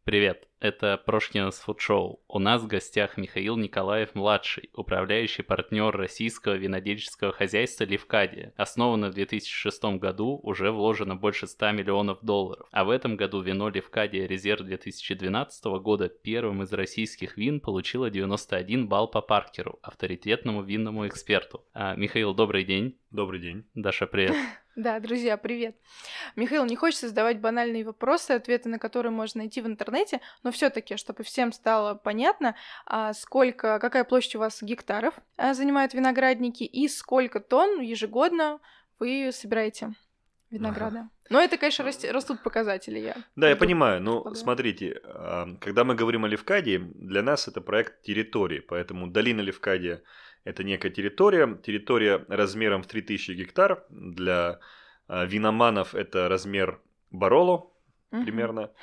Привет, это Прошкинс Фуд Шоу. У нас в гостях Михаил Николаев-младший, управляющий партнер российского винодельческого хозяйства Левкадия. Основано в 2006 году, уже вложено больше 100 миллионов долларов. А в этом году вино Левкадия Резерв 2012 года первым из российских вин получило 91 балл по Паркеру, авторитетному винному эксперту. Михаил, добрый день. Добрый день. Даша, привет. Да, друзья, привет. Михаил, не хочется задавать банальные вопросы, ответы на которые можно найти в интернете, но все-таки, чтобы всем стало понятно, какая площадь у вас гектаров занимают виноградники и сколько тонн ежегодно вы собираете винограда. Ага. Но это, конечно, растут показатели. Я понимаю, но смотрите, когда мы говорим о Левкадии, для нас это проект территории, поэтому долина Левкадия – это некая территория размером в 3000 гектар, для виноманов это размер Бароло примерно,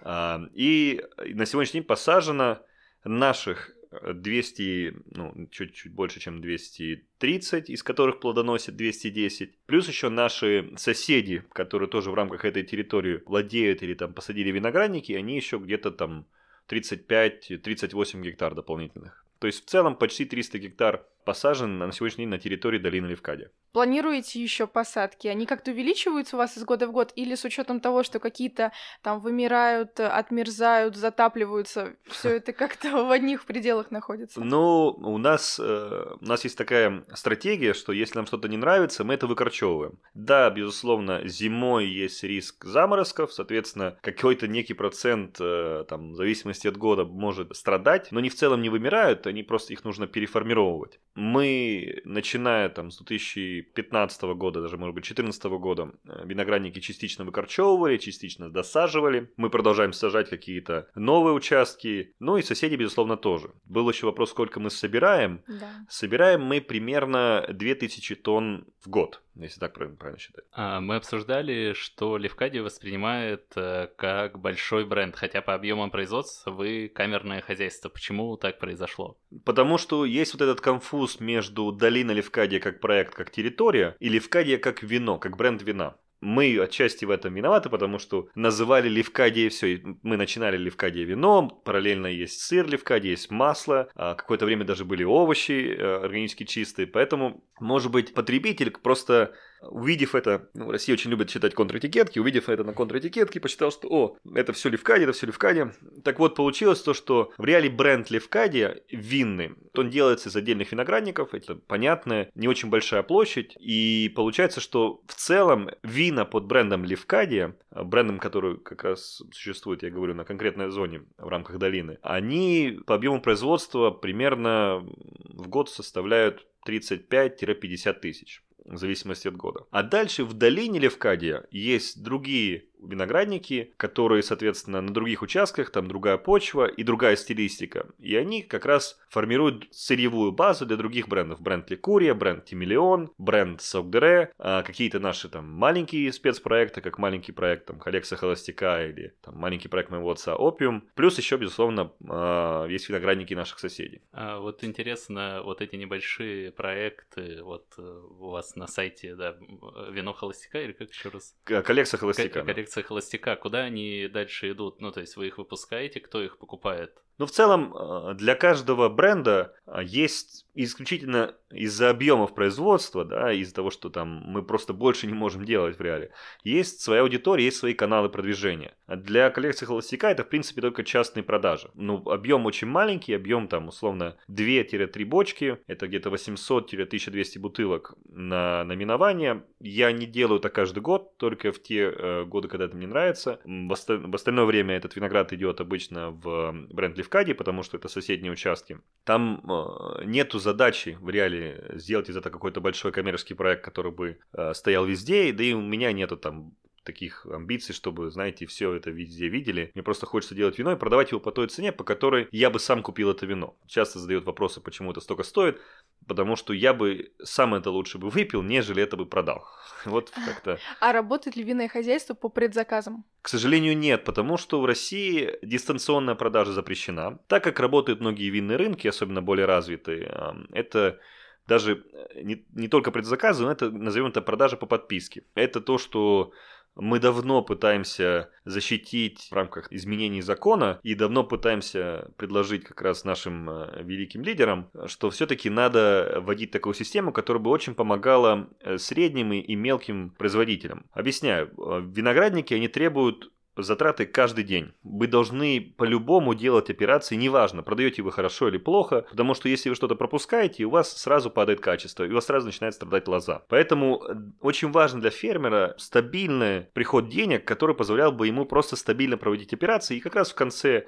и на сегодняшний день посажено наших 200, чуть больше, чем 230, из которых плодоносят 210. Плюс еще наши соседи, которые тоже в рамках этой территории владеют или там посадили виноградники, они еще где-то там 35-38 гектар дополнительных. То есть в целом почти 300 гектар посажено на сегодняшний день на территории долины Левкадия. Планируете еще посадки? Они как-то увеличиваются у вас из года в год? Или с учетом того, что какие-то там вымирают, отмерзают, затапливаются, все это как-то в одних пределах находится? У нас есть такая стратегия, что если нам что-то не нравится, мы это выкорчевываем. Да, безусловно, зимой есть риск заморозков, соответственно, какой-то некий процент, в зависимости от года, может страдать, но они в целом не вымирают, они просто их нужно переформировать. Мы, начиная с 2015 года, даже, может быть, 2014 года, виноградники частично выкорчевывали, частично досаживали. Мы продолжаем сажать какие-то новые участки. И соседи, безусловно, тоже. Был еще вопрос, сколько мы собираем. Да. Собираем мы примерно 2000 тонн в год, если так правильно считать. Мы обсуждали, что Левкадия воспринимает как большой бренд, хотя по объемам производства вы камерное хозяйство. Почему так произошло? Потому что есть вот этот конфуз между долиной Левкадия как проект, как территория, и Левкадия как вино, как бренд вина. Мы отчасти в этом виноваты, потому что называли Левкадия все. Мы начинали Левкадия вино, параллельно есть сыр Левкадия, есть масло, какое-то время даже были овощи органически чистые. Поэтому, может быть, потребитель просто, увидев это, в России очень любят читать контратикетки, увидев это на контратикетке, посчитал, что это все Левкадия. Так вот, получилось то, что в реале бренд Левкадия винный, он делается из отдельных виноградников, это понятно, не очень большая площадь, и получается, что в целом вина под брендом Левкадия, брендом, который как раз существует, я говорю, на конкретной зоне в рамках долины, они по объему производства примерно в год составляют 35-50 тысяч. В зависимости от года. А дальше в долине Левкадия есть другие виноградники, которые, соответственно, на других участках, там другая почва и другая стилистика. И они как раз формируют сырьевую базу для других брендов. Бренд Ликурия, бренд Тимелион, бренд Сокдере, какие-то наши там маленькие спецпроекты, как маленький проект там Коллекция Холостяка или там маленький проект моего отца Опиум. Плюс еще, безусловно, есть виноградники наших соседей. Вот интересно, вот эти небольшие проекты, вот у вас на сайте, да, вино холостяка или как еще раз? Коллекция Холостяка. Коллекция холостяка. Куда они дальше идут? То есть вы их выпускаете, кто их покупает? В целом, для каждого бренда есть исключительно из-за объемов производства, да, из-за того, что там мы просто больше не можем делать в реале, есть своя аудитория, есть свои каналы продвижения. Для коллекции холостяка это, в принципе, только частные продажи. Объем очень маленький, объем там, условно, 2-3 бочки, это где-то 800-1200 бутылок на номинование. Я не делаю это каждый год, только в те годы, когда это мне нравится. В остальное время этот виноград идет обычно в бренд Левкадии, потому что это соседние участки. Там нету задачи в реале сделать из этого какой-то большой коммерческий проект, который бы стоял везде, да и у меня нету там таких амбиций, чтобы, знаете, все это везде видели. Мне просто хочется делать вино и продавать его по той цене, по которой я бы сам купил это вино. Часто задают вопросы, почему это столько стоит, потому что я бы сам это лучше бы выпил, нежели это бы продал. Вот как-то. А работает ли винное хозяйство по предзаказам? К сожалению, нет, потому что в России дистанционная продажа запрещена. Так как работают многие винные рынки, особенно более развитые, это даже не только предзаказы, но это, назовем это, продажа по подписке. Это то, что мы давно пытаемся защитить в рамках изменений закона и давно пытаемся предложить как раз нашим великим лидерам, что все-таки надо вводить такую систему, которая бы очень помогала средним и мелким производителям. Объясняю, виноградники, они требуют затраты каждый день. Вы должны по-любому делать операции, неважно, продаете вы хорошо или плохо, потому что если вы что-то пропускаете, у вас сразу падает качество, и у вас сразу начинает страдать лоза. Поэтому очень важно для фермера стабильный приход денег, который позволял бы ему просто стабильно проводить операции и как раз в конце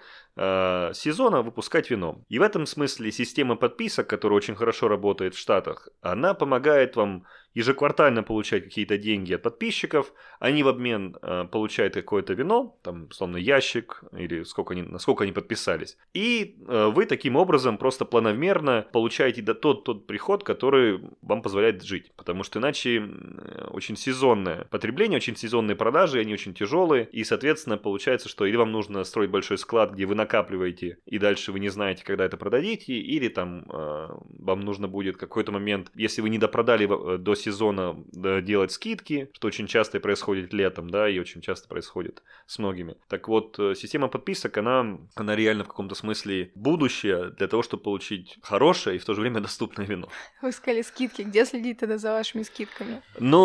сезона выпускать вино. И в этом смысле система подписок, которая очень хорошо работает в Штатах, она помогает вам ежеквартально получать какие-то деньги от подписчиков, они в обмен получают какое-то вино, там, условно, ящик, или насколько они подписались. И вы таким образом просто планомерно получаете тот приход, который вам позволяет жить. Потому что иначе очень сезонное потребление, очень сезонные продажи, они очень тяжелые. И, соответственно, получается, что или вам нужно строить большой склад, где вы накапливаете, и дальше вы не знаете, когда это продадите, или там вам нужно будет какой-то момент, если вы не допродали до сезона, делать скидки, что очень часто происходит летом, да, и очень часто происходит с многими. Так вот, система подписок, она реально в каком-то смысле будущее для того, чтобы получить хорошее и в то же время доступное вино. Вы сказали скидки. Где следить тогда за вашими скидками? Ну,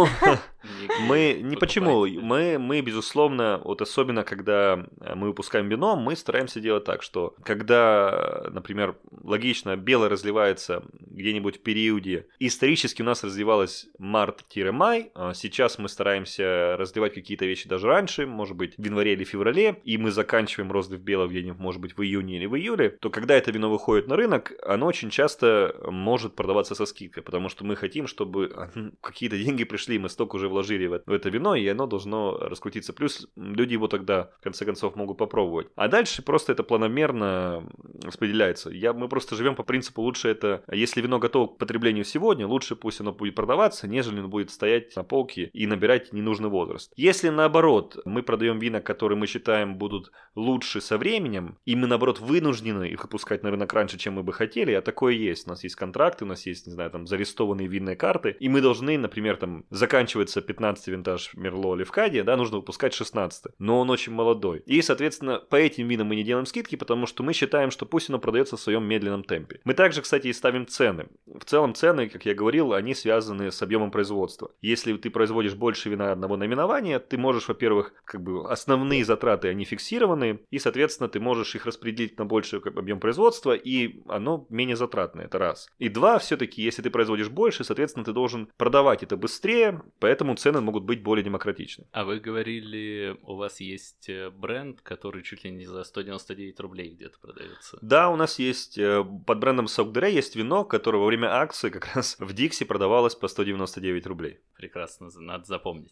мы не почему. Мы, безусловно, вот особенно когда мы выпускаем вино, мы стараемся делать так, что когда, например, логично, белое разливается где-нибудь в периоде, исторически у нас разливалось март-май, сейчас мы стараемся разливать какие-то вещи даже раньше, может быть, в январе или феврале, и мы заканчиваем розлив белого где-нибудь, может быть, в июне или в июле, то когда это вино выходит на рынок, оно очень часто может продаваться со скидкой, потому что мы хотим, чтобы какие-то деньги пришли, мы столько уже вложили в это вино, и оно должно раскрутиться. Плюс люди его тогда, в конце концов, могут попробовать. А дальше просто это планомерно распределяется. Мы просто живем по принципу лучше это, если вино готово к потреблению сегодня, лучше пусть оно будет продаваться, нежели он будет стоять на полке и набирать ненужный возраст. Если наоборот, мы продаем вина, которые мы считаем будут лучше со временем, и мы наоборот вынуждены их выпускать на рынок раньше, чем мы бы хотели, а такое есть. У нас есть контракты, у нас есть, не знаю, там зарестованные винные карты, и мы должны, например, там заканчивается 15-й винтаж Мерло Левкадия, да, нужно выпускать 16-й, но он очень молодой. И, соответственно, по этим винам мы не делаем скидки, потому что мы считаем, что пусть оно продается в своем медленном темпе. Мы также, кстати, и ставим цены. В целом цены, как я говорил, они связаны с объемом производства. Если ты производишь больше вина одного наименования, ты можешь, во-первых, основные затраты, они фиксированы, и, соответственно, ты можешь их распределить на больший объем производства, и оно менее затратное, это раз. И два, все-таки, если ты производишь больше, соответственно, ты должен продавать это быстрее, поэтому цены могут быть более демократичны. А вы говорили, у вас есть бренд, который чуть ли не за 199 рублей где-то продается. Да, у нас есть, под брендом Сок де Рей есть вино, которое во время акции как раз в Дикси продавалось по 199 рублей. Прекрасно, надо запомнить.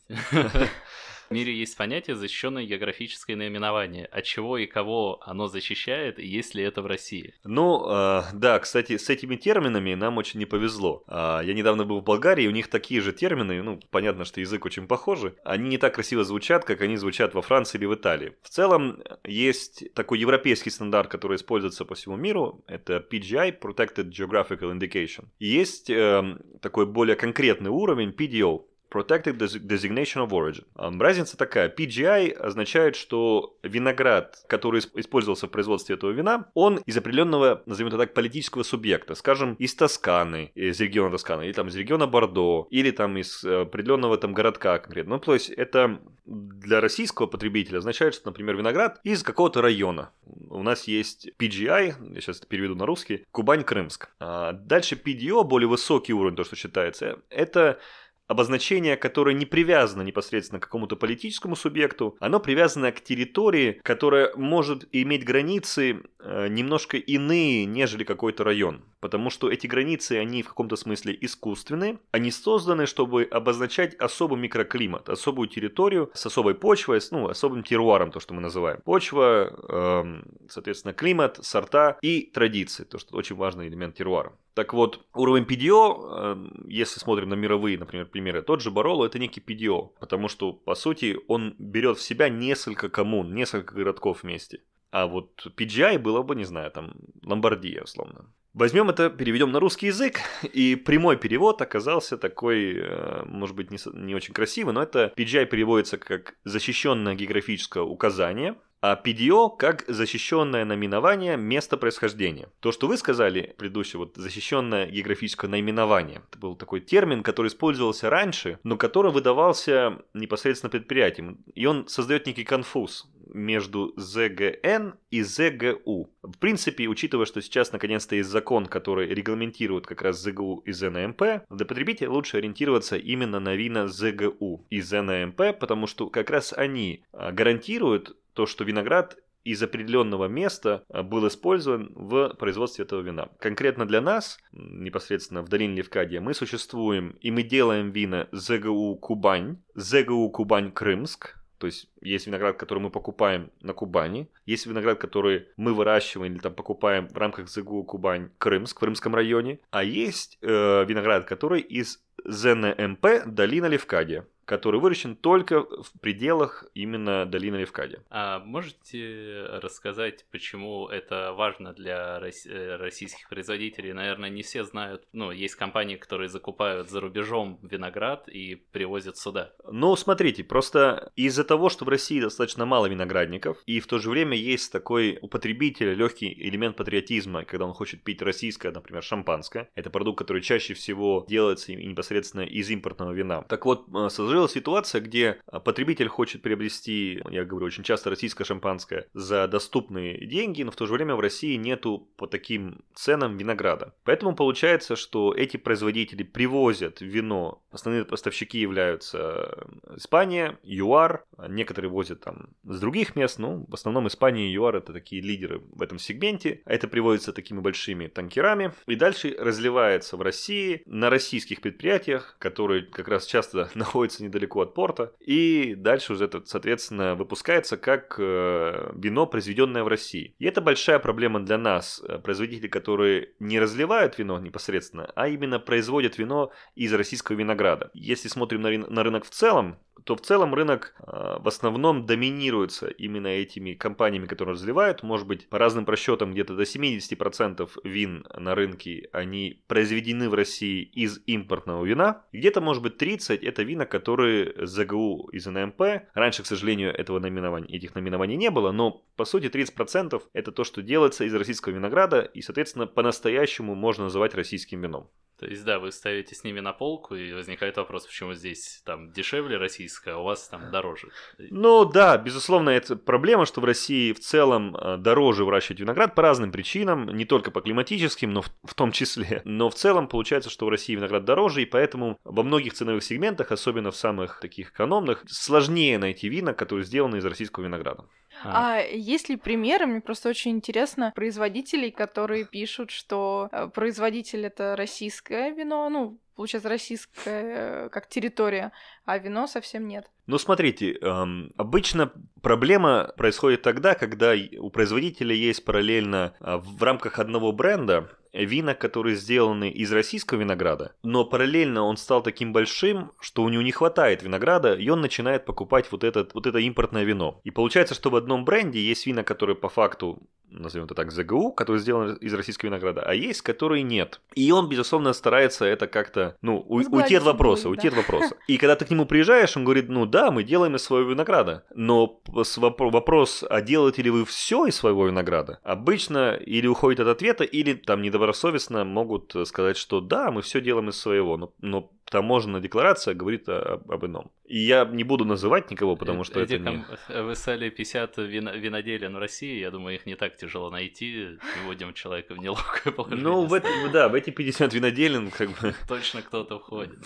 В мире есть понятие защищенное географическое наименование. От чего и кого оно защищает, и есть ли это в России? Ну, да, кстати, с этими терминами нам очень не повезло. Я недавно был в Болгарии, у них такие же термины, ну, понятно, что язык очень похожий. Они не так красиво звучат, как они звучат во Франции или в Италии. В целом, есть такой европейский стандарт, который используется по всему миру. Это PGI, Protected Geographical Indication. И есть такой более конкретный уровень, PDO. Protected Designation of Origin. Разница такая. PGI означает, что виноград, который использовался в производстве этого вина, он из определенного, назовем это так, политического субъекта. Скажем, из Тосканы, из региона Тосканы, или там из региона Бордо, или там из определенного там городка конкретно. Ну, то есть, это для российского потребителя означает, что, например, виноград из какого-то района. У нас есть PGI, я сейчас это переведу на русский, Кубань-Крымск. Дальше PDO, более высокий уровень, то, что считается, это обозначение, которое не привязано непосредственно к какому-то политическому субъекту, оно привязано к территории, которая может иметь границы немножко иные, нежели какой-то район. Потому что эти границы, они в каком-то смысле искусственные. Они созданы, чтобы обозначать особый микроклимат, особую территорию с особой почвой, ну, особым теруаром, то, что мы называем. Почва, соответственно, климат, сорта и традиции, то, что очень важный элемент теруара. Так вот, уровень PDO, если смотрим на мировые, например, примеры, тот же Бароло — это некий PDO, потому что, по сути, он берет в себя несколько коммун, несколько городков вместе. А вот PGI было бы, не знаю, там, Ломбардия, условно. Возьмем это, переведем на русский язык, и прямой перевод оказался такой, может быть, не очень красивый, но это PGI переводится как «защищенное географическое указание», а PDO как защищенное наименование места происхождения. То, что вы сказали, предыдущее, вот защищенное географическое наименование, это был такой термин, который использовался раньше, но который выдавался непосредственно предприятием. И он создает некий конфуз между ЗГН и ЗГУ. В принципе, учитывая, что сейчас наконец-то есть закон, который регламентирует как раз ЗГУ и ЗНМП, для потребителя лучше ориентироваться именно на вина ЗГУ и ЗНМП, потому что как раз они гарантируют то, что виноград из определенного места был использован в производстве этого вина. Конкретно для нас, непосредственно в долине Левкадия, мы существуем и мы делаем вина ЗГУ Кубань, ЗГУ Кубань Крымск. То есть есть виноград, который мы покупаем на Кубани, есть виноград, который мы выращиваем или там покупаем в рамках ЗГУ Кубань Крымск в Крымском районе, а есть виноград, который из ЗНМП долина Левкадия, который выращен только в пределах именно долины Левкадия. А можете рассказать, почему это важно для российских производителей? Наверное, не все знают. Есть компании, которые закупают за рубежом виноград и привозят сюда. Смотрите, просто из-за того, что в России достаточно мало виноградников, и в то же время есть такой у потребителя легкий элемент патриотизма, когда он хочет пить российское, например, шампанское. Это продукт, который чаще всего делается непосредственно из импортного вина. Так вот, сложилась ситуация, где потребитель хочет приобрести, я говорю, очень часто российское шампанское за доступные деньги, но в то же время в России нету по таким ценам винограда. Поэтому получается, что эти производители привозят вино, основные поставщики являются Испания, ЮАР, некоторые возят там с других мест, в основном Испания и ЮАР это такие лидеры в этом сегменте. Это привозится такими большими танкерами и дальше разливается в России на российских предприятиях, которые как раз часто находятся недалеко от порта, и дальше уже это, соответственно, выпускается как вино, произведенное в России. И это большая проблема для нас, производителей, которые не разливают вино непосредственно, а именно производят вино из российского винограда. Если смотрим на рынок в целом, то в целом рынок в основном доминируется именно этими компаниями, которые разливают. Может быть, по разным просчетам, где-то до 70% вин на рынке, они произведены в России из импортного вина. Где-то, может быть, 30% это вина, которые ЗГУ из НМП. Раньше, к сожалению, этих наименований не было, но по сути 30% это то, что делается из российского винограда, и, соответственно, по-настоящему можно называть российским вином. То есть, да, вы ставите с ними на полку, и возникает вопрос, почему здесь там дешевле российское, а у вас там дороже. Да, безусловно, это проблема, что в России в целом дороже выращивать виноград по разным причинам, не только по климатическим, но в том числе. Но в целом получается, что в России виноград дороже, и поэтому во многих ценовых сегментах, особенно в самых таких экономных, сложнее найти вина, которые сделаны из российского винограда. А есть ли примеры, мне просто очень интересно, производителей, которые пишут, что производитель это российское вино, получается российское как территория, а вино совсем нет. Смотрите, обычно проблема происходит тогда, когда у производителя есть параллельно в рамках одного бренда вина, которые сделаны из российского винограда, но параллельно он стал таким большим, что у него не хватает винограда, и он начинает покупать вот это импортное вино. И получается, что в одном бренде есть вина, которые по факту, назовем это так, ЗГУ, которые сделаны из российского винограда, а есть, которые нет. И он, безусловно, старается это как-то, уйти от вопроса. И когда ты к нему приезжаешь, он говорит, да, мы делаем из своего винограда. Но вопрос, а делаете ли вы все из своего винограда? Обычно или уходит от ответа, или там недобросовестно могут сказать, что да, мы все делаем из своего, но таможенная декларация говорит об ином. И я не буду называть никого, потому что это не... Вы стали 50 виноделин в России, я думаю, их не так тяжело найти, не вводим человека в неловкое положение. В эти 50 виноделин Точно кто-то входит.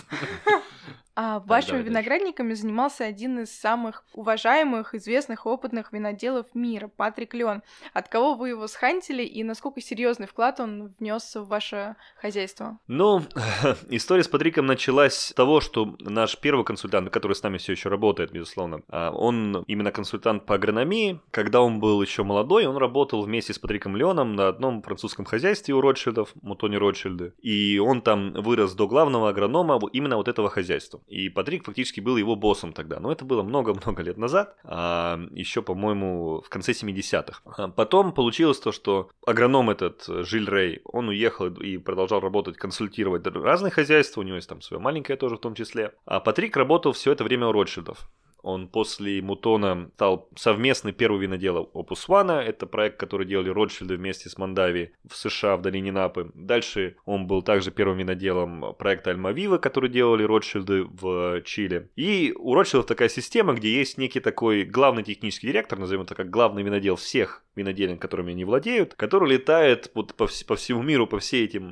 А вашими виноградниками занимался один из самых уважаемых, известных, опытных виноделов мира, Патрик Леон. От кого вы его схантили и насколько серьезный вклад он внес в ваше хозяйство? История с Патриком началась с того, что наш первый консультант, который с нами все еще работает, безусловно, он именно консультант по агрономии. Когда он был еще молодой, он работал вместе с Патриком Леоном на одном французском хозяйстве у Ротшильдов, Мутони Ротшильды. И он там вырос до главного агронома именно вот этого хозяйства. хозяйству. И Патрик фактически был его боссом тогда. Но это было много-много лет назад, еще, по-моему, в конце 70-х. Потом получилось то, что агроном этот, Жиль Рей, он уехал и продолжал работать, консультировать разные хозяйства, у него есть там свое маленькое тоже в том числе. А Патрик работал все это время у Ротшильдов. Он после Мутона стал совместный первый винодел Opus One. Это проект, который делали Ротшильды вместе с Мондави в США, в долине Напы. Дальше он был также первым виноделом проекта Альмавива, который делали Ротшильды в Чили. И у Ротшильдов такая система, где есть некий такой главный технический директор, назовем это как главный винодел всех виноделин, которыми они владеют, который летает по всему миру, по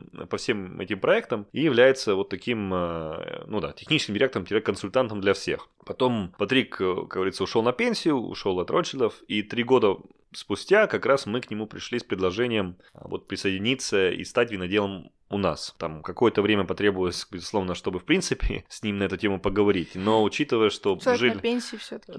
всем этим проектам и является вот таким, техническим директором-консультантом для всех. Потом Патрик, как говорится, ушел на пенсию, ушел от Ротшильдов, и 3 года спустя как раз мы к нему пришли с предложением присоединиться и стать виноделом у нас. Там какое-то время потребовалось, безусловно, чтобы, в принципе, с ним на эту тему поговорить. Но учитывая, что... Жиль на пенсии все-таки.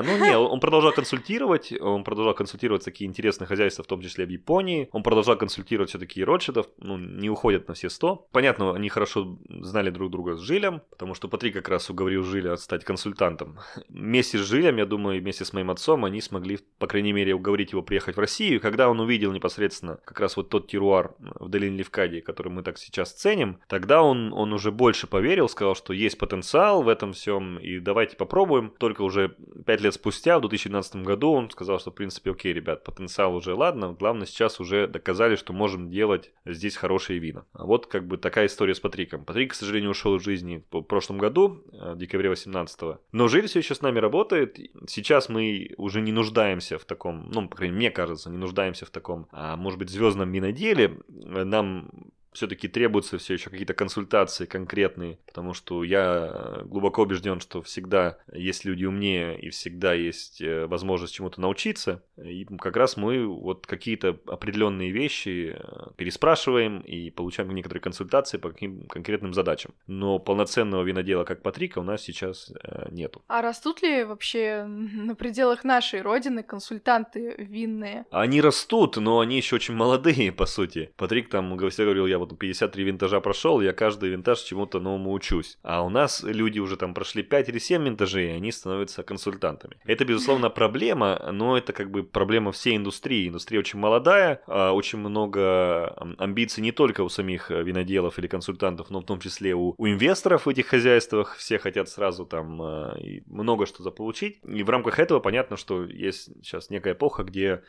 Он продолжал консультировать. Он продолжал консультировать такие интересные хозяйства, в том числе в Японии. Он продолжал консультировать все-таки и Ротшильдов. Не уходят на все 100. Понятно, они хорошо знали друг друга с Жилем, потому что Патрик как раз уговорил Жиля стать консультантом. Вместе с Жилем, я думаю, вместе с моим отцом, они смогли, по крайней мере, уговорить его приехать в Россию. И когда он увидел непосредственно как раз вот тот теруар в долине Левкадии, который мы так сейчас ценим, тогда он уже больше поверил, сказал, что есть потенциал в этом всем, и давайте попробуем. Только уже 5 лет спустя, в 2012 году, он сказал, что, в принципе, окей, ребят, потенциал уже ладно, главное, сейчас уже доказали, что можем делать здесь хорошие вина. А вот как бы такая история с Патриком. Патрик, к сожалению, ушел из жизни в прошлом году, в декабре 18-го, но Жиль все еще с нами работает. Сейчас мы уже не нуждаемся в таком, по крайней мере, мне кажется, не нуждаемся в таком, может быть, звездном виноделе. Нам все-таки требуются все еще какие-то консультации конкретные, потому что я глубоко убежден, что всегда есть люди умнее и всегда есть возможность чему-то научиться. И как раз мы вот какие-то определенные вещи переспрашиваем и получаем некоторые консультации по каким конкретным задачам. Но полноценного винодела, как Патрика, у нас сейчас нету. А растут ли вообще на пределах нашей родины консультанты винные? Они растут, но они еще очень молодые, по сути. Патрик там всегда говорил, я вот 53 винтажа прошел, я каждый винтаж чему-то новому учусь. А у нас люди уже там прошли 5 или 7 винтажей, и они становятся консультантами. Это, безусловно, проблема, но это как бы проблема всей индустрии. Индустрия очень молодая, очень много амбиций не только у самих виноделов или консультантов, но в том числе у инвесторов в этих хозяйствах. Все хотят сразу там много что заполучить. И в рамках этого понятно, что есть сейчас некая эпоха, где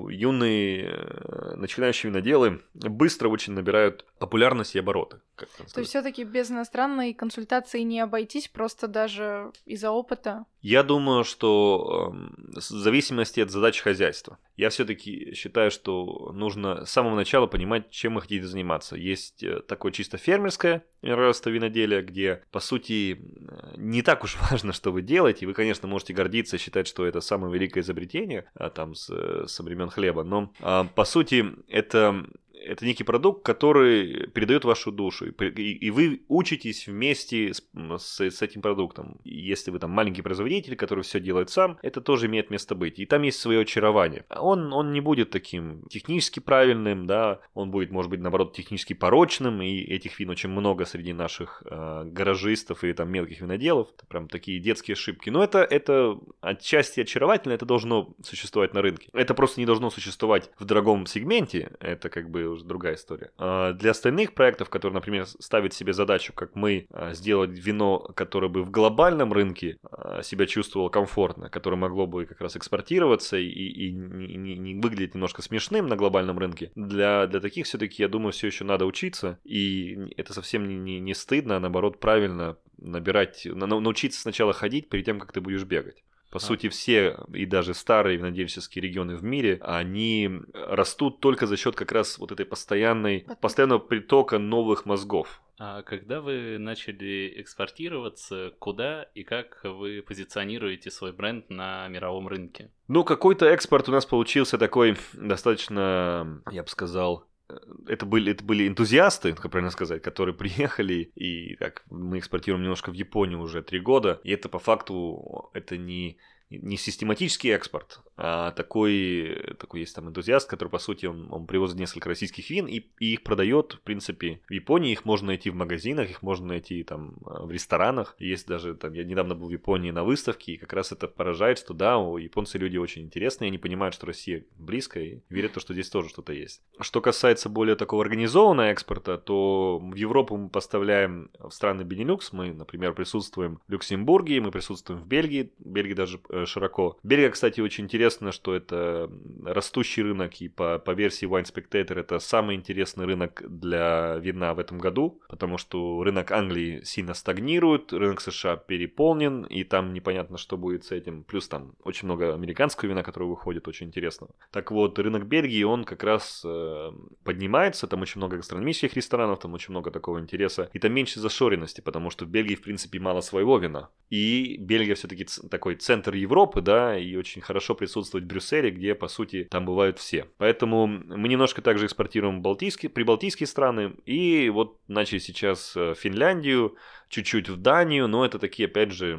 юные начинающие виноделы быстро очень набирают популярность и обороты. То есть все-таки без иностранной консультации не обойтись, просто даже из-за опыта? Я думаю, что в зависимости от задач хозяйства. Я все-таки считаю, что нужно с самого начала понимать, чем вы хотите заниматься. Есть такое чисто фермерское виноделие, где, по сути, не так уж важно, что вы делаете. Вы, конечно, можете гордиться, считать, что это самое великое изобретение там со времен хлеба, но, по сути, это некий продукт, который передает вашу душу, и вы учитесь вместе с этим продуктом. Если вы там маленький производитель, который все делает сам, это тоже имеет место быть. И там есть свое очарование. Он не будет таким технически правильным, да, он будет, может быть, наоборот, технически порочным, и этих вин очень много среди наших гаражистов и там мелких виноделов. Это прям такие детские ошибки. Но это отчасти очаровательно, это должно существовать на рынке. Это просто не должно существовать в дорогом сегменте, это как бы уже другая история. Для остальных проектов, которые, например, ставят себе задачу, как мы, сделать вино, которое бы в глобальном рынке себя чувствовало комфортно, которое могло бы как раз экспортироваться и не выглядеть немножко смешным на глобальном рынке, для таких все-таки, я думаю, все еще надо учиться, и это совсем не стыдно, а наоборот правильно научиться сначала ходить перед тем, как ты будешь бегать. По сути, все, и даже старые винодельческие регионы в мире, они растут только за счет как раз вот этой постоянного притока новых мозгов. А когда вы начали экспортироваться, куда и как вы позиционируете свой бренд на мировом рынке? Какой-то экспорт у нас получился такой достаточно, я бы сказал, это были энтузиасты, как правильно сказать, которые приехали, и так мы экспортируем немножко в Японию уже 3 года, и это по факту это не не систематический экспорт, а такой есть там энтузиаст, который, по сути, он привозит несколько российских вин и их продает, в принципе, в Японии. Их можно найти в магазинах, их можно найти там в ресторанах. Есть даже, там, я недавно был в Японии на выставке, и как раз это поражает, что да, у японцы люди очень интересные, они понимают, что Россия близко, и верят, что здесь тоже что-то есть. Что касается более такого организованного экспорта, то в Европу мы поставляем в страны Бенилюкс. Мы, например, присутствуем в Люксембурге, мы присутствуем в Бельгии. Бельгия даже широко. Бельгия, кстати, очень интересно, что это растущий рынок, и по версии Wine Spectator это самый интересный рынок для вина в этом году, потому что рынок Англии сильно стагнирует, рынок США переполнен, и там непонятно, что будет с этим. Плюс там очень много американского вина, которое выходит, очень интересного. Так вот, рынок Бельгии, он как раз поднимается, там очень много гастрономических ресторанов, там очень много такого интереса, и там меньше зашоренности, потому что в Бельгии, в принципе, мало своего вина. И Бельгия все-таки такой центр Европы, да, и очень хорошо присутствовать в Брюсселе, где, по сути, там бывают все. Поэтому мы немножко также экспортируем прибалтийские страны, и вот начали сейчас Финляндию, чуть-чуть в Данию, но это такие, опять же,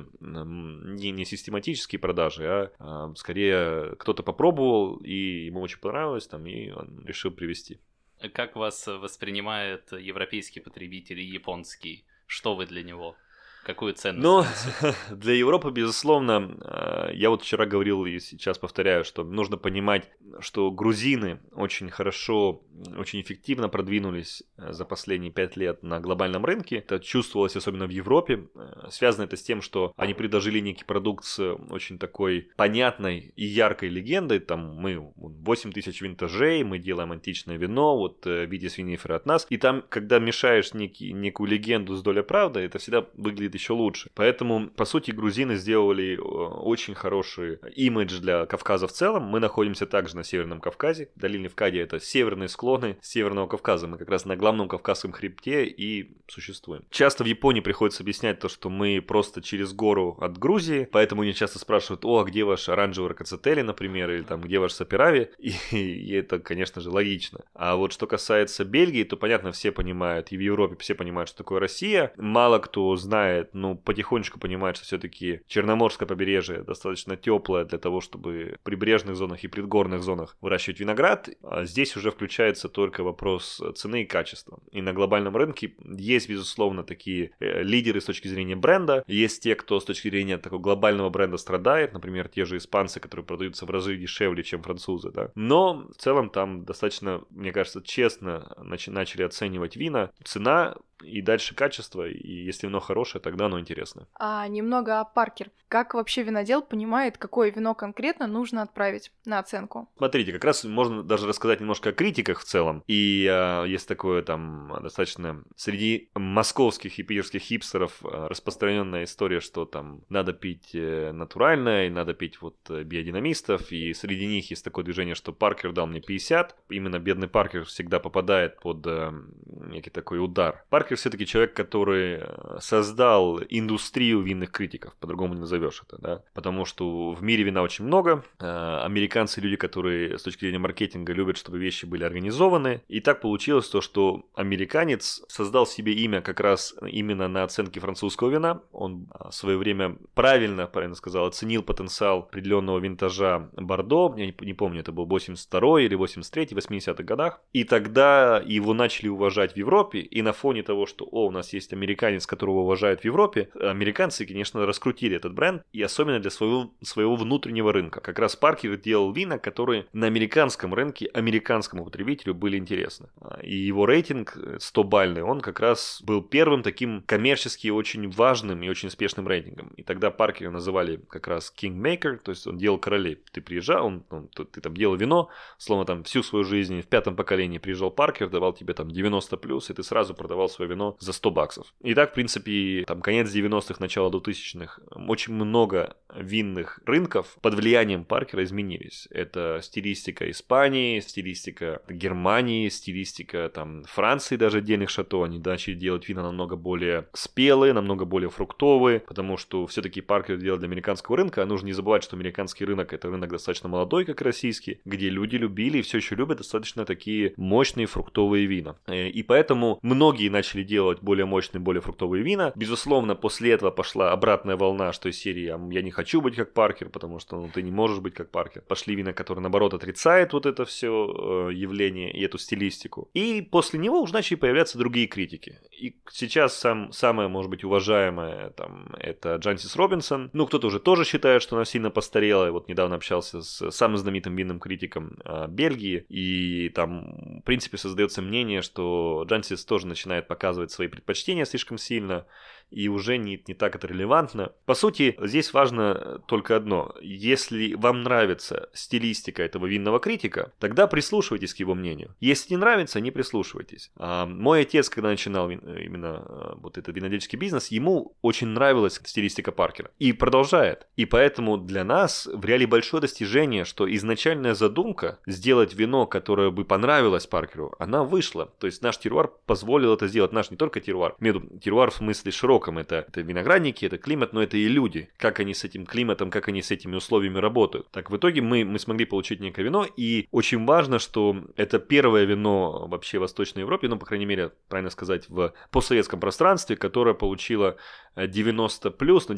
не систематические продажи, а скорее кто-то попробовал, и ему очень понравилось, там, и он решил привезти. Как вас воспринимает европейский потребитель и японский? Что вы для него? Какую ценность? Ну, для Европы, безусловно, я вот вчера говорил и сейчас повторяю, что нужно понимать, что грузины очень хорошо, очень эффективно продвинулись за последние 5 лет на глобальном рынке. Это чувствовалось особенно в Европе. Связано это с тем, что они предложили некий продукт с очень такой понятной и яркой легендой. Там мы 8 тысяч винтажей, мы делаем античное вино, вот Витис Винифера от нас. И там, когда мешаешь некую легенду с долей правды, это всегда выглядит еще лучше. Поэтому, по сути, грузины сделали очень хороший имидж для Кавказа в целом. Мы находимся также на Северном Кавказе. Долина Левкадия — это северные склоны Северного Кавказа. Мы как раз на главном Кавказском хребте и существуем. Часто в Японии приходится объяснять то, что мы просто через гору от Грузии, поэтому они часто спрашивают: о, а где ваш оранжевый ракоцетели, например, или там, где ваш саперави? И это, конечно же, логично. А вот что касается Бельгии, то, понятно, все понимают, и в Европе все понимают, что такое Россия. Мало кто знает, потихонечку понимает, что все-таки Черноморское побережье достаточно теплое для того, чтобы в прибрежных зонах и предгорных зонах выращивать виноград. А здесь уже включается только вопрос цены и качества. И на глобальном рынке есть, безусловно, такие лидеры с точки зрения бренда. Есть те, кто с точки зрения такого глобального бренда страдает. Например, те же испанцы, которые продаются в разы дешевле, чем французы. Да? Но в целом там достаточно, мне кажется, честно начали оценивать вина. Цена и дальше качество, и если вино хорошее, тогда оно интересно. Немного о Паркер. Как вообще винодел понимает, какое вино конкретно нужно отправить на оценку? Смотрите, как раз можно даже рассказать немножко о критиках в целом. И есть такое там достаточно среди московских и питерских хипстеров распространенная история, что там надо пить натурально, и надо пить вот биодинамистов, и среди них есть такое движение, что Паркер дал мне 50. Именно бедный Паркер всегда попадает под некий такой удар. Паркер все-таки человек, который создал индустрию винных критиков, по-другому не назовешь это, да, потому что в мире вина очень много, американцы люди, которые с точки зрения маркетинга любят, чтобы вещи были организованы, и так получилось то, что американец создал себе имя как раз именно на оценке французского вина, он в свое время правильно сказал, оценил потенциал определенного винтажа Бордо, я не помню, это был 82-й или 83-й, 80-х годах, и тогда его начали уважать в Европе, и на фоне того, что у нас есть американец, которого уважают в Европе, американцы, конечно, раскрутили этот бренд, и особенно для своего внутреннего рынка. Как раз Паркер делал вина, которые на американском рынке американскому потребителю были интересны. И его рейтинг 100-бальный, он как раз был первым таким коммерчески очень важным и очень успешным рейтингом. И тогда Паркера называли как раз Kingmaker, то есть он делал королей. Ты приезжал, ты там делал вино, словно там всю свою жизнь в 5-м поколении приезжал Паркер, давал тебе там 90+, и ты сразу продавал свое вино за $100. И так, в принципе, там конец 90-х, начало 2000-х, очень много винных рынков под влиянием Паркера изменились. Это стилистика Испании, стилистика Германии, стилистика там Франции, даже отдельных шато. Они начали делать вина намного более спелые, намного более фруктовые, потому что все-таки Паркер делал для американского рынка, а нужно не забывать, что американский рынок — это рынок достаточно молодой, как российский, где люди любили и все еще любят достаточно такие мощные фруктовые вина. И поэтому Поэтому многие начали делать более мощные, более фруктовые вина. Безусловно, после этого пошла обратная волна, что из серии «я не хочу быть как Паркер», потому что ты не можешь быть как Паркер. Пошли вина, которые, наоборот, отрицают вот это все явление и эту стилистику. И после него уже начали появляться другие критики. И сейчас самое, может быть, уважаемое там, это Джансис Робинсон. Кто-то уже тоже считает, что она сильно постарела. Я вот недавно общался с самым знаменитым винным критиком Бельгии. И там, в принципе, создается мнение, что Джансис тоже начинает показывать свои предпочтения слишком сильно. И уже не так это релевантно. По сути, здесь важно только одно. Если вам нравится стилистика этого винного критика, тогда прислушивайтесь к его мнению. Если не нравится, не прислушивайтесь. Мой отец, когда начинал именно вот этот винодельческий бизнес, ему очень нравилась стилистика Паркера. И продолжает. И поэтому для нас в реале большое достижение, что изначальная задумка сделать вино, которое бы понравилось Паркеру, она вышла. То есть наш терруар позволил это сделать. Наш не только терруар. Терруар в смысле широком. Это виноградники, это климат, но это и люди. Как они с этим климатом, как они с этими условиями работают. Так, в итоге мы смогли получить некое вино. И очень важно, что это первое вино вообще в Восточной Европе, по крайней мере, правильно сказать, в постсоветском пространстве, которое получило 90+,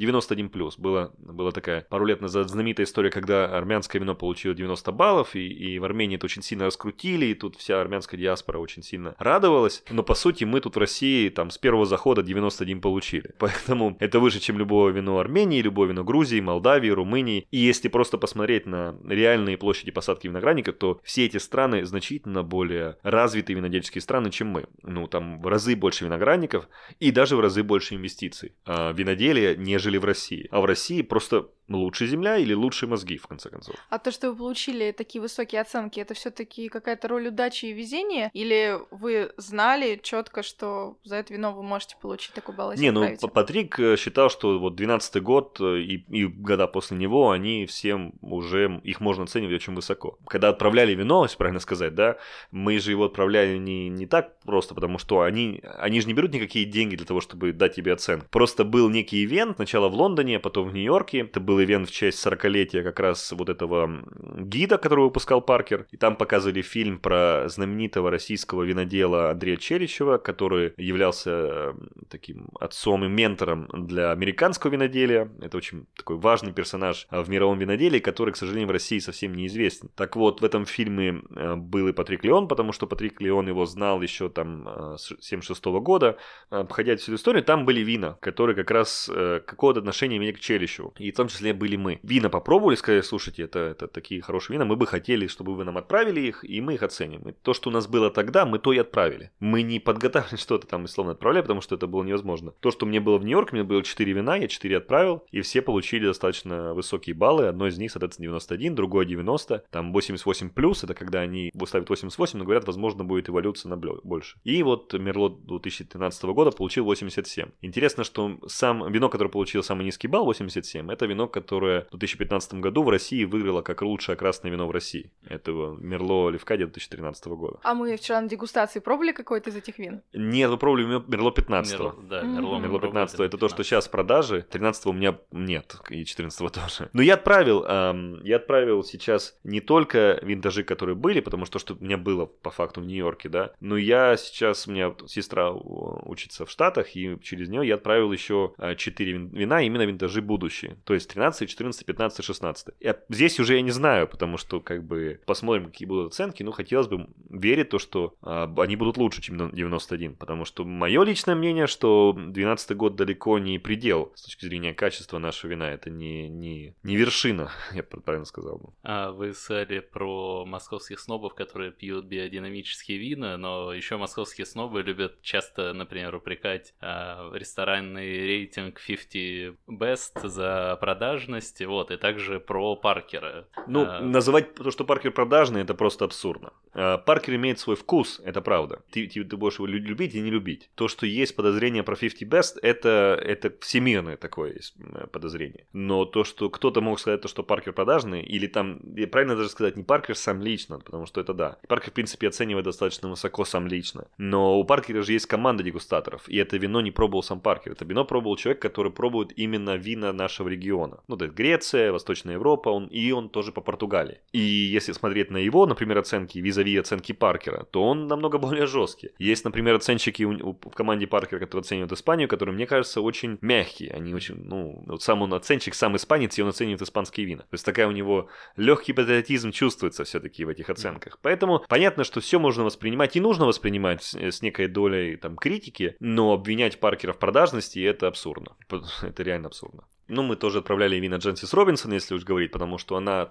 91+. Была такая пару лет назад знаменитая история, когда армянское вино получило 90 баллов, и в Армении это очень сильно раскрутили, и тут вся армянская диаспора очень сильно радовалась. Но по сути мы тут в России там с первого захода 91 получили. Поэтому это выше, чем любое вино Армении, любое вино Грузии, Молдавии, Румынии. И если просто посмотреть на реальные площади посадки виноградника, то все эти страны значительно более развитые винодельческие страны, чем мы. Там в разы больше виноградников и даже в разы больше инвестиций в виноделие, нежели в России. А в России просто лучше земля или лучшие мозги, в конце концов. А то, что вы получили такие высокие оценки, это все-таки какая-то роль удачи и везения? Или вы знали четко, что за это вино вы можете получить такой балл? Патрик считал, что вот 12-й год и года после него, они всем уже, их можно оценивать очень высоко. Когда отправляли вино, если правильно сказать, да, мы же его отправляли не так просто, потому что они же не берут никакие деньги для того, чтобы дать тебе оценку. Просто был некий ивент, сначала в Лондоне, потом в Нью-Йорке. Это был ивент в честь 40-летия как раз вот этого гида, который выпускал Паркер. И там показывали фильм про знаменитого российского винодела Андрея Черичева, который являлся таким отцом и ментором для американского виноделия. Это очень такой важный персонаж в мировом виноделии, который, к сожалению, в России совсем неизвестен. Так вот, в этом фильме был и Патрик Леон, потому что Патрик Леон его знал еще там с 1976 года. Обходя всю историю, там были вина, которые как раз какое-то отношение имели к Черичеву. И в том числе были мы. Вина попробовали, сказали, слушайте, это такие хорошие вина, мы бы хотели, чтобы вы нам отправили их, и мы их оценим. И то, что у нас было тогда, мы то и отправили. Мы не подготовили что-то там условно отправляли, потому что это было невозможно. То, что мне было в Нью-Йорке, у меня было 4 вина, я 4 отправил, и все получили достаточно высокие баллы. Одно из них, соответственно, 91, другое 90, там 88+, это когда они выставят 88, но говорят, возможно, будет эволюция на больше. И вот Мерло 2013 года получил 87. Интересно, что вино, которое получило самый низкий балл, 87, это вино, которое в 2015 году в России выиграло как лучшее красное вино в России. Это Мерло Левкадия 2013 года. А мы вчера на дегустации пробовали какой-то из этих вин? Нет, мы пробовали Мерло 15. Мерло 15 это то, что сейчас в продаже. 13 у меня нет, и 14 тоже. Но я отправил сейчас не только винтажи, которые были, потому что у меня было по факту в Нью-Йорке, да, но у меня сестра учится в Штатах, и через нее я отправил еще 4 вина, именно винтажи будущие. То есть 13, 14, 15, 16. Здесь уже я не знаю, потому что посмотрим, какие будут оценки, но хотелось бы верить то, что они будут лучше, чем 91, потому что мое личное мнение, что 12 год далеко не предел с точки зрения качества нашего вина, это не вершина, я правильно сказал. Вы сказали про московских снобов, которые пьют биодинамические вина, но еще московские снобы любят часто, например, упрекать ресторанный рейтинг 50 Best за продажность, и также про Паркера. Называть то, что Паркер продажный, это просто абсурдно. Паркер имеет свой вкус, это правда. Ты будешь его любить и не любить. То, что есть подозрение про 50 Best, это всемирное такое есть подозрение. Но то, что кто-то мог сказать, что Паркер продажный, или там, правильно даже сказать, не Паркер сам лично, потому что это да. Паркер, в принципе, оценивает достаточно высоко сам лично. Но у Паркера же есть команда дегустаторов, и это вино не пробовал сам Паркер. Это вино пробовал человек, который пробует именно вина нашего региона. вина. Ну, это Греция, Восточная Европа, он тоже по Португалии. И если смотреть на его, например, оценки визави оценки Паркера, то он намного более жесткий. Есть, например, оценщики в команде Паркера, которые оценивают Испанию, которые, мне кажется, очень мягкие. Они очень, вот сам он оценщик, сам испанец, и он оценивает испанские вина. То есть такая у него легкий патриотизм чувствуется все-таки в этих оценках. Поэтому понятно, что все можно воспринимать и нужно воспринимать с некой долей там критики, но обвинять Паркера в продажности это абсурдно. Это реально абсурдно. Ну, мы тоже отправляли вина Дженсис Робинсон, если уж говорить, потому что она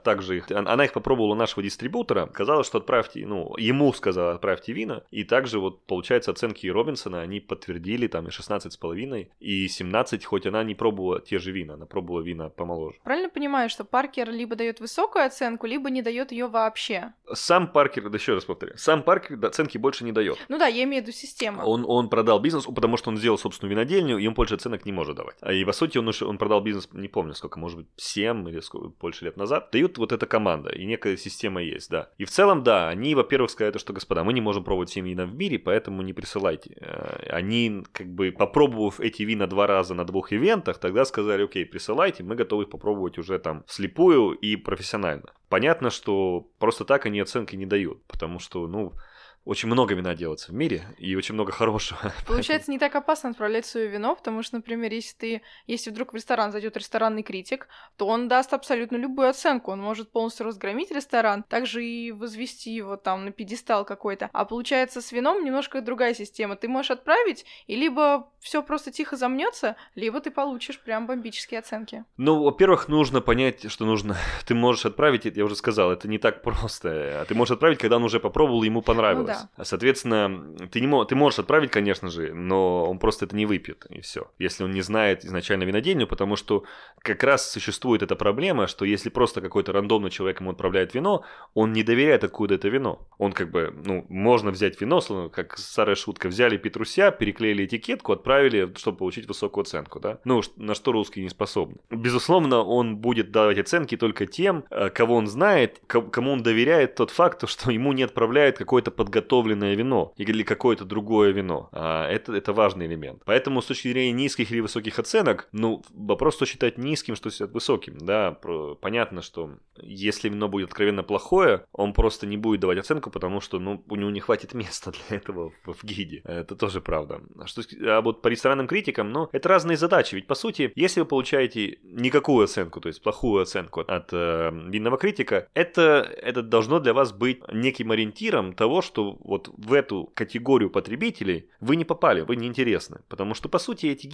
их попробовала у нашего дистрибутора, сказала, что ему сказала, отправьте вина, и также вот, получается, оценки Робинсона, они подтвердили там и 16,5, и 17, хоть она не пробовала те же вина, она пробовала вина помоложе. Правильно понимаю, что Паркер либо дает высокую оценку, либо не дает ее вообще? Сам Паркер, еще раз повторю, оценки больше не дает. Ну да, я имею в виду систему. Он продал бизнес, потому что он сделал собственную винодельню, и он больше оценок не может давать. И по сути он продал бизнес, не помню сколько, может быть 7 или больше лет назад, дают вот эта команда, и некая система есть, да. И в целом, да, они, во-первых, сказали, что, господа, мы не можем пробовать 7 вин в мире, поэтому не присылайте. Они, как бы, попробовав эти вина 2 раза на 2 ивентах, тогда сказали, окей, присылайте, мы готовы их попробовать уже там вслепую и профессионально. Понятно, что просто так они оценки не дают, потому что, очень много вина делается в мире, и очень много хорошего. Получается, не так опасно отправлять свое вино, потому что, например, если вдруг в ресторан зайдет ресторанный критик, то он даст абсолютно любую оценку, он может полностью разгромить ресторан, также и возвести его там на пьедестал какой-то. А получается, с вином немножко другая система. Ты можешь отправить, и либо все просто тихо замнется, либо ты получишь прям бомбические оценки. Ну, во-первых, нужно понять, что ты можешь отправить, я уже сказал, это не так просто. Ты можешь отправить, когда он уже попробовал, ему понравилось. Ну, да. Соответственно, ты можешь отправить, конечно же, но он просто это не выпьет, и все. Если он не знает изначально винодельню, потому что как раз существует эта проблема, что если просто какой-то рандомный человек ему отправляет вино, он не доверяет, откуда это вино. Он как бы, можно взять вино, как старая шутка, взяли Петруся, переклеили этикетку, отправили, чтобы получить высокую оценку, да? На что русские не способны. Безусловно, он будет давать оценки только тем, кого он знает, кому он доверяет тот факт, что ему не отправляет какое-то подготовленное вино или какое-то другое вино. Это важный элемент. Поэтому с точки зрения низких или высоких оценок, вопрос, что считать низким, что считать высоким. Да, понятно, что если вино будет откровенно плохое, он просто не будет давать оценку, потому что у него не хватит места для этого в гиде. Это тоже правда. А вот по ресторанным критикам, это разные задачи. Ведь по сути, если вы получаете никакую оценку, то есть плохую оценку от винного критика, это должно для вас быть неким ориентиром того, что вот в эту категорию потребителей вы не попали, вы неинтересны. Потому что, по сути, эти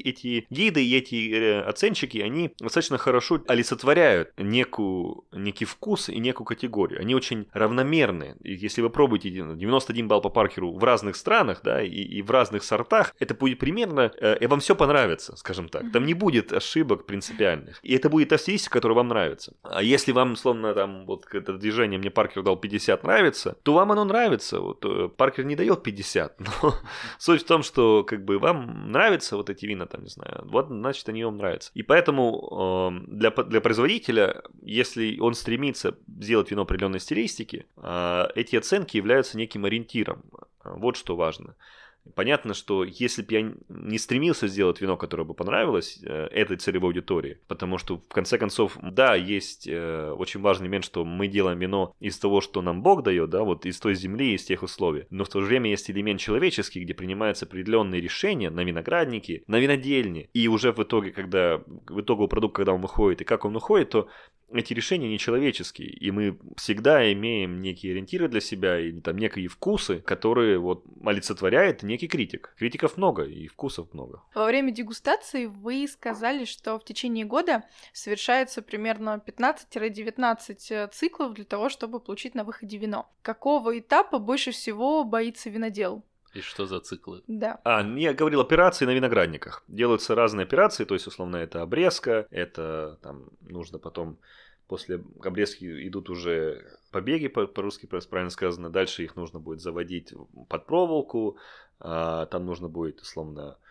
гиды и эти оценщики, они достаточно хорошо олицетворяют некий вкус и некую категорию. Они очень равномерны. И если вы пробуете 91 балл по Паркеру в разных странах, да, и в разных сортах, это будет примерно, и вам все понравится, скажем так. Там не будет ошибок принципиальных. И это будет та стилистика, которая вам нравится. А если вам, словно там, вот это движение «мне Паркер дал 50» нравится, то вам оно нравится. Вот Паркер не дает 50, но суть в том, что как бы вам нравятся вот эти вина, там, не знаю, вот, значит, они вам нравятся. И поэтому для производителя, если он стремится сделать вино определенной стилистики, эти оценки являются неким ориентиром. Вот что важно. Понятно, что если бы я не стремился сделать вино, которое бы понравилось этой целевой аудитории, потому что, в конце концов, да, есть очень важный момент, что мы делаем вино из того, что нам Бог дает, да, вот из той земли, из тех условий, но в то же время есть элемент человеческий, где принимаются определенные решения на винограднике, на винодельне, и уже в итоговый продукт, когда он выходит и как он выходит, то эти решения нечеловеческие, и мы всегда имеем некие ориентиры для себя и там некие вкусы, которые вот олицетворяет некий критик. Критиков много и вкусов много. Во время дегустации вы сказали, что в течение года совершается примерно 15-19 циклов для того, чтобы получить на выходе вино. Какого этапа больше всего боится винодел? И что за циклы? Да. Я говорил операции на виноградниках. Делаются разные операции, то есть, условно, это обрезка, это там нужно потом, после обрезки идут уже побеги, по-русски правильно сказано, дальше их нужно будет заводить под проволоку, там нужно будет, условно,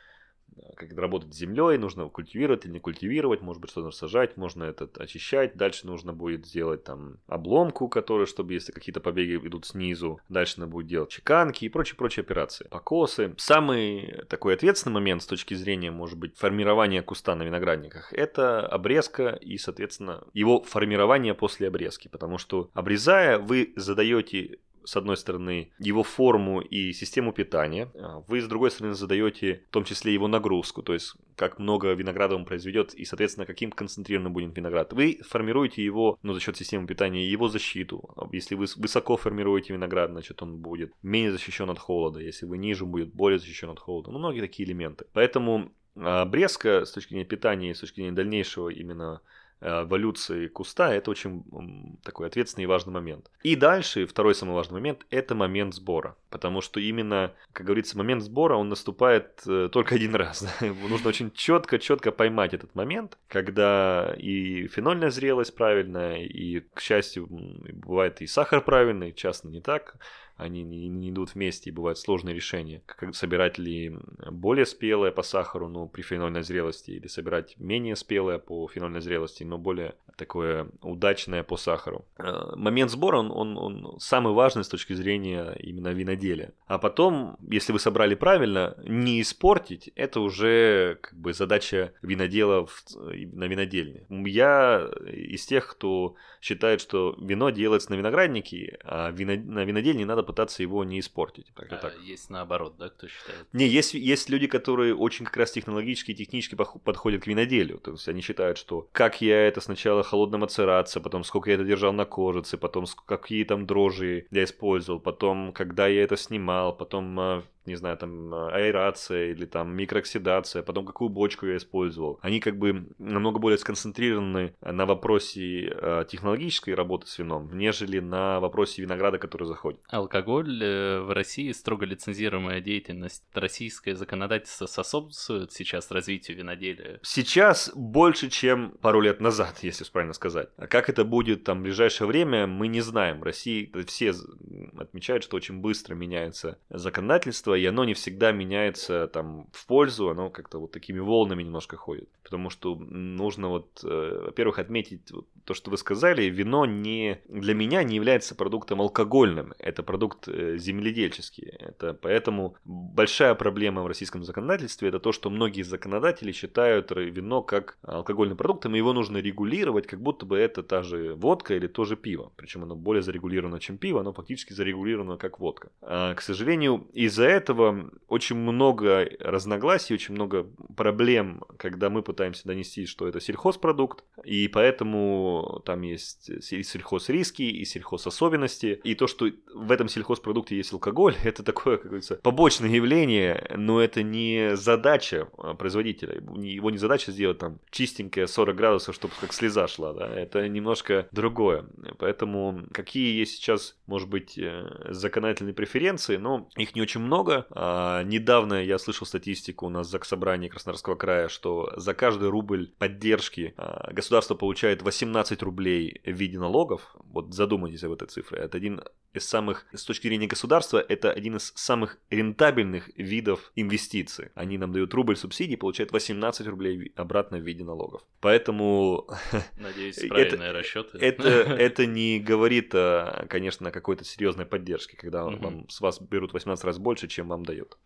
как работать с землей, нужно культивировать или не культивировать, может быть, что-то сажать, можно это очищать, дальше нужно будет сделать там обломку, которая, чтобы если какие-то побеги идут снизу, дальше надо будет делать чеканки и прочие операции, покосы. Самый такой ответственный момент с точки зрения, может быть, формирования куста на виноградниках, это обрезка и, соответственно, его формирование после обрезки, потому что обрезая, вы задаете с одной стороны, его форму и систему питания, вы, с другой стороны, задаете в том числе его нагрузку, то есть как много винограда он произведет и, соответственно, каким концентрированным будет виноград. Вы формируете его, за счет системы питания, его защиту. Если вы высоко формируете виноград, значит, он будет менее защищен от холода. Если вы ниже, он будет более защищен от холода. Многие такие элементы. Поэтому обрезка с точки зрения питания и с точки зрения дальнейшего именно эволюции куста, это очень такой ответственный и важный момент. И дальше, второй самый важный момент, это момент сбора. Потому что именно, как говорится, момент сбора, он наступает только один раз. Нужно очень четко поймать этот момент, когда и фенольная зрелость правильная, и, к счастью, бывает и сахар правильный, часто не так. Они не идут вместе, и бывают сложные решения. Как собирать ли более спелое по сахару, но при фенольной зрелости, или собирать менее спелое по фенольной зрелости, но более такое удачное по сахару. Момент сбора, он самый важный с точки зрения именно виноделия. А потом, если вы собрали правильно, не испортить, это уже как бы задача виноделов на винодельне. Я из тех, кто считает, что вино делается на винограднике, а на винодельне надо пытаться его не испортить. Так. Есть наоборот, да, кто считает? Не, есть люди, которые очень как раз технологически и технически подходят к виноделию. То есть они считают, что как я это сначала холодная мацерация, потом сколько я это держал на кожице, потом какие там дрожжи я использовал, потом когда я это снимал, потом не знаю, там аэрация или там микрооксидация, потом какую бочку я использовал. Они как бы намного более сконцентрированы на вопросе технологической работы с вином, нежели на вопросе винограда, который заходит. Алкоголь в России строго лицензируемая деятельность. Российское законодательство способствует сейчас развитию виноделия? Сейчас больше, чем пару лет назад, если правильно сказать. А как это будет там в ближайшее время, мы не знаем. В России все отмечают, что очень быстро меняется законодательство, и оно не всегда меняется там в пользу, оно как-то вот такими волнами немножко ходит. Потому что нужно вот, во-первых, отметить то, что вы сказали, вино для меня не является продуктом алкогольным, это продукт земледельческий. Это поэтому большая проблема в российском законодательстве, это то, что многие законодатели считают вино как алкогольным продуктом, и его нужно регулировать, как будто бы это та же водка или то же пиво. Причем оно более зарегулировано, чем пиво, оно фактически зарегулировано как водка. К сожалению, из-за этого очень много разногласий, очень много проблем, когда мы пытаемся донести, что это сельхозпродукт, и поэтому там есть сельхозриски и сельхозособенности, и то, что в этом сельхозпродукте есть алкоголь, это такое, как говорится, побочное явление, но это не задача производителя, его не задача сделать там чистенькое 40 градусов, чтобы как слеза шла, да? Это немножко другое, поэтому какие есть сейчас, может быть, законодательные преференции, но их не очень много. Недавно я слышал статистику у нас в Заксобрании Краснодарского края, что за каждый рубль поддержки государство получает 18 рублей в виде налогов. Вот задумайтесь об этой цифре. Это один из самых, с точки зрения государства, это один из самых рентабельных видов инвестиций. Они нам дают рубль субсидий, получают 18 рублей обратно в виде налогов. Поэтому... Надеюсь, правильные расчеты. Это не говорит, конечно, о какой-то серьезной поддержке, когда с вас берут 18 раз больше, чем вам дают.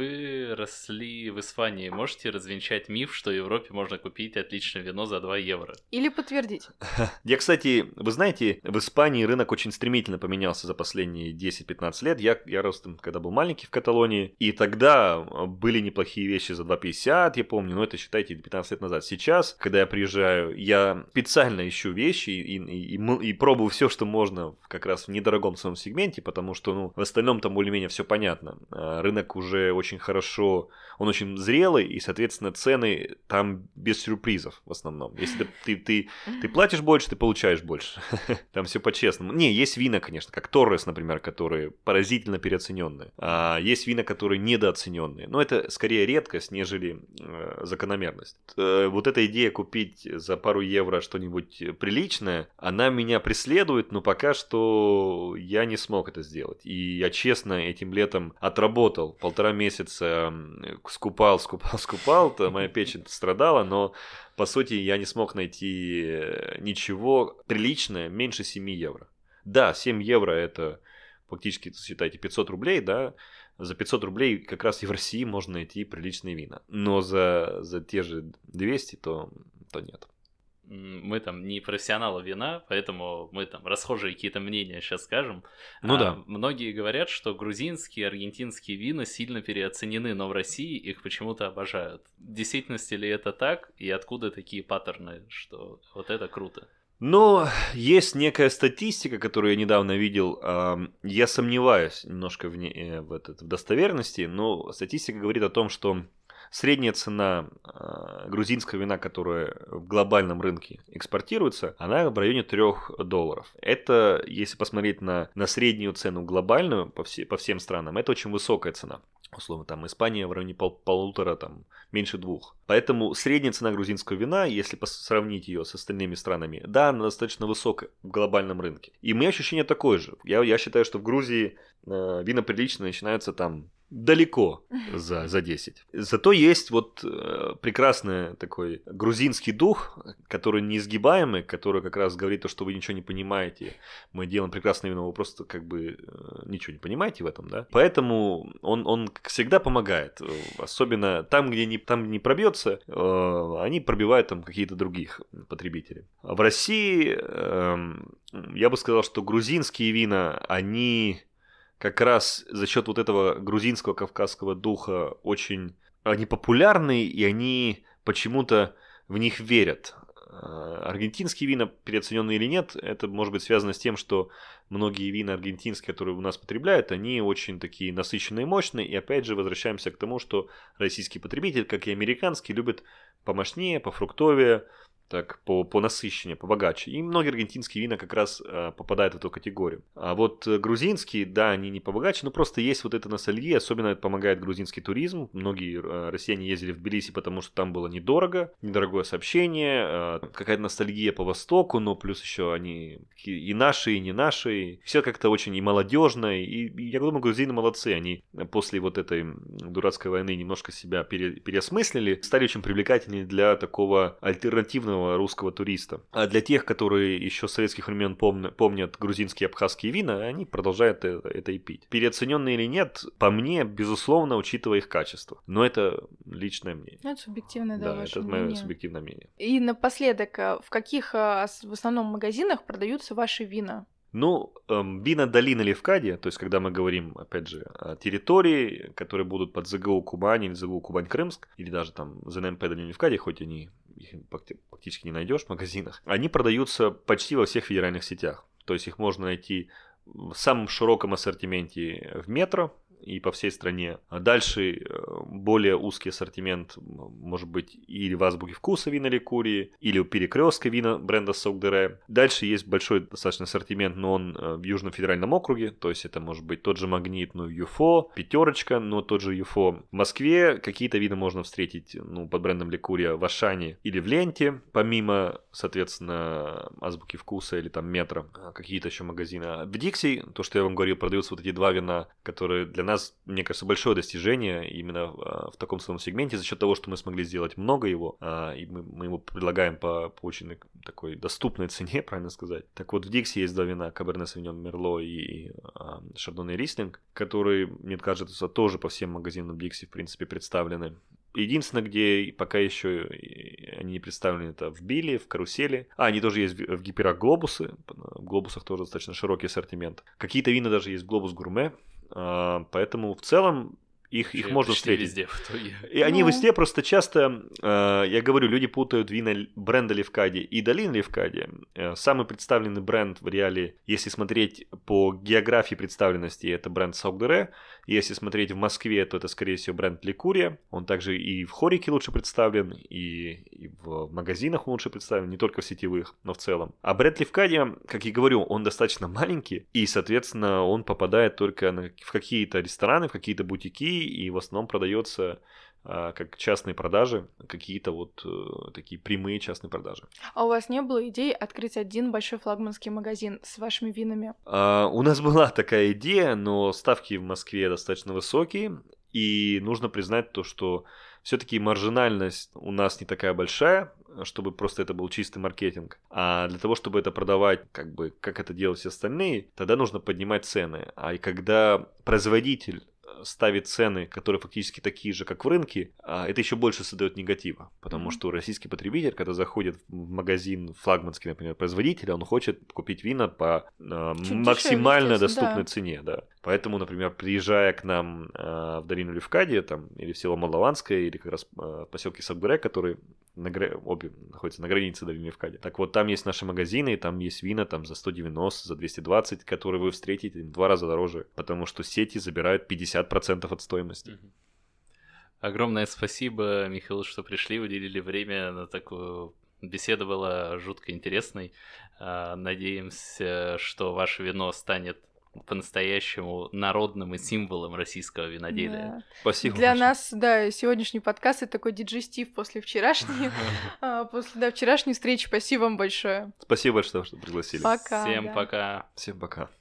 Вы росли в Испании. Можете развенчать миф, что в Европе можно купить отличное вино за 2 евро? Или подтвердить? Я, кстати, вы знаете, в Испании рынок очень стремительно поменялся за последние 10-15 лет. Я рос там, когда был маленький в Каталонии, и тогда были неплохие вещи за 2,50, я помню, но это, считайте, 15 лет назад. Сейчас, когда я приезжаю, я специально ищу вещи и пробую все, что можно как раз в недорогом своем сегменте, потому что, в остальном там более-менее все понятно. Рынок уже очень хорошо, он очень зрелый, и, соответственно, цены там без сюрпризов в основном. Если ты платишь больше, ты получаешь больше. Там все по-честному. Не, есть вина, конечно, как Torres Шорес, например, которые поразительно переоцененные. А есть вина, которые недооцененные. Но это скорее редкость, нежели закономерность. Вот эта идея купить за пару евро что-нибудь приличное, она меня преследует, но пока что я не смог это сделать. И я честно этим летом отработал 1,5 месяца, скупал, то моя печень страдала, но по сути я не смог найти ничего приличное меньше 7 евро. Да, 7 евро это фактически, считайте, 500 рублей, да, за 500 рублей как раз и в России можно найти приличные вина, но за те же 200 то нет. Мы там не профессионалы вина, поэтому мы там расхожие какие-то мнения сейчас скажем. Ну да. Многие говорят, что грузинские, аргентинские вина сильно переоценены, но в России их почему-то обожают. В действительности ли это так? И откуда такие паттерны, что вот это круто? Но есть некая статистика, которую я недавно видел. Я сомневаюсь немножко в достоверности, но статистика говорит о том, что средняя цена грузинского вина, которая в глобальном рынке экспортируется, она в районе $3. Это, если посмотреть на среднюю цену глобальную по всем странам, это очень высокая цена. Условно, там Испания в районе 1,5, там меньше 2. Поэтому средняя цена грузинского вина, если сравнить ее с остальными странами, да, она достаточно высокая в глобальном рынке. И у меня ощущение такое же. Я считаю, что в Грузии вина приличные начинаются там далеко за 10. Зато есть вот прекрасный такой грузинский дух, который неизгибаемый, который как раз говорит то, что вы ничего не понимаете. Мы делаем прекрасное вино, вы просто как бы ничего не понимаете в этом, да? Поэтому он всегда помогает. Особенно там, где не пробьется, они пробивают там какие-то других потребителей. В России я бы сказал, что грузинские вина, они как раз за счет вот этого грузинского кавказского духа они популярны, и они почему-то в них верят. Аргентинские вина, переоцененные или нет, это может быть связано с тем, что многие вина аргентинские, которые у нас потребляют, они очень такие насыщенные и мощные. И опять же возвращаемся к тому, что российский потребитель, как и американский, любит помощнее, пофруктовее, так, по насыщеннее, побогаче. И многие аргентинские вина как раз попадают в эту категорию. А вот грузинские, да, они не побогаче, но просто есть вот это ностальгия, особенно это помогает грузинский туризм. Многие россияне ездили в Тбилиси, потому что там было недорого, недорогое сообщение, какая-то ностальгия по Востоку, но плюс еще они и наши, и не наши. Все как-то очень и молодежно, и я думаю, грузины молодцы. Они после вот этой дурацкой войны немножко себя переосмыслили, стали очень привлекательны для такого альтернативного русского туриста. А для тех, которые еще с советских времен помнят грузинские и абхазские вина, они продолжают это и пить. Переоцененные или нет, по мне, безусловно, учитывая их качество. Но это личное мнение. Это субъективное, да, ваше мнение. Да, это мое субъективное мнение. И напоследок, в каких в основном магазинах продаются ваши вина? Ну, вина долины Левкадия, то есть когда мы говорим, опять же, о территории, которые будут под ЗГУ Кубань или ЗГУ Кубань-Крымск, или даже там ЗНМП долины Левкадия, хоть их практически не найдешь в магазинах, они продаются почти во всех федеральных сетях. То есть их можно найти в самом широком ассортименте в Метро и по всей стране. А дальше более узкий ассортимент может быть или в Азбуке вкуса вина Ликурии, или у Перекрестка вина бренда Сок-Дере. Дальше есть большой достаточно ассортимент, но он в Южном федеральном округе, то есть это может быть тот же Магнит, но Юфо, Пятерочка, но тот же Юфо. В Москве какие-то вина можно встретить под брендом Ликурия в Ашане или в Ленте, помимо, соответственно, Азбуки вкуса или там Метро, какие-то еще магазины. В Дикси, то, что я вам говорил, продаются вот эти два вина, которые для нас, мне кажется, большое достижение именно в таком своем сегменте за счет того, что мы смогли сделать много его, и мы его предлагаем по очень такой доступной цене, правильно сказать. Так вот, в Дикси есть два вина, Каберне Савиньон Мерло и Шардоне Рислинг, которые, мне кажется, тоже по всем магазинам Дикси, в принципе, представлены. Единственное, где пока еще они не представлены, это в Билли, в Карусели. Они тоже есть в Гиперах Глобусы. В Глобусах тоже достаточно широкий ассортимент. Какие-то вина даже есть в Глобус Гурме. Поэтому в целом их можно встретить. Везде в итоге. И они везде просто часто, я говорю, люди путают вина бренда Левкади и долины Левкади. Самый представленный бренд в реале, если смотреть по географии представленности, это бренд Саук-де-Ре. Если смотреть в Москве, то это, скорее всего, бренд Ликурия. Он также и в хорике лучше представлен, и в магазинах он лучше представлен, не только в сетевых, но в целом. А бренд Левкади, как я говорю, он достаточно маленький, и, соответственно, он попадает только в какие-то рестораны, в какие-то бутики, и в основном продается как частные продажи, какие-то вот такие прямые частные продажи. А у вас не было идеи открыть один большой флагманский магазин с вашими винами? У нас была такая идея, но ставки в Москве достаточно высокие, и нужно признать то, что все-таки маржинальность у нас не такая большая, чтобы просто это был чистый маркетинг. А для того, чтобы это продавать, как это делают все остальные, тогда нужно поднимать цены. А и когда производитель ставит цены, которые фактически такие же, как в рынке, это еще больше создает негатива. Потому что российский потребитель, когда заходит в магазин флагманский, например, производителя, он хочет купить вина по максимально доступной цене. Да. Поэтому, например, приезжая к нам в долину Левкади, там, или в село Молдаванское, или как раз в поселке Саук-де-Ре, которые обе находятся на границе долины Левкади. Так вот, там есть наши магазины, и там есть вина там, за 190, за 220, которые вы встретите в 2 раза дороже, потому что сети забирают 50% от стоимости. Огромное спасибо, Михаил, что пришли, уделили время на такую... Беседа была жутко интересной. Надеемся, что ваше вино станет по-настоящему народным и символом российского виноделия. Да. Спасибо. Для нас, да, сегодняшний подкаст — это такой диджестив после вчерашней встречи. Спасибо вам большое. Спасибо большое, что пригласили. Пока. Всем пока. Всем пока.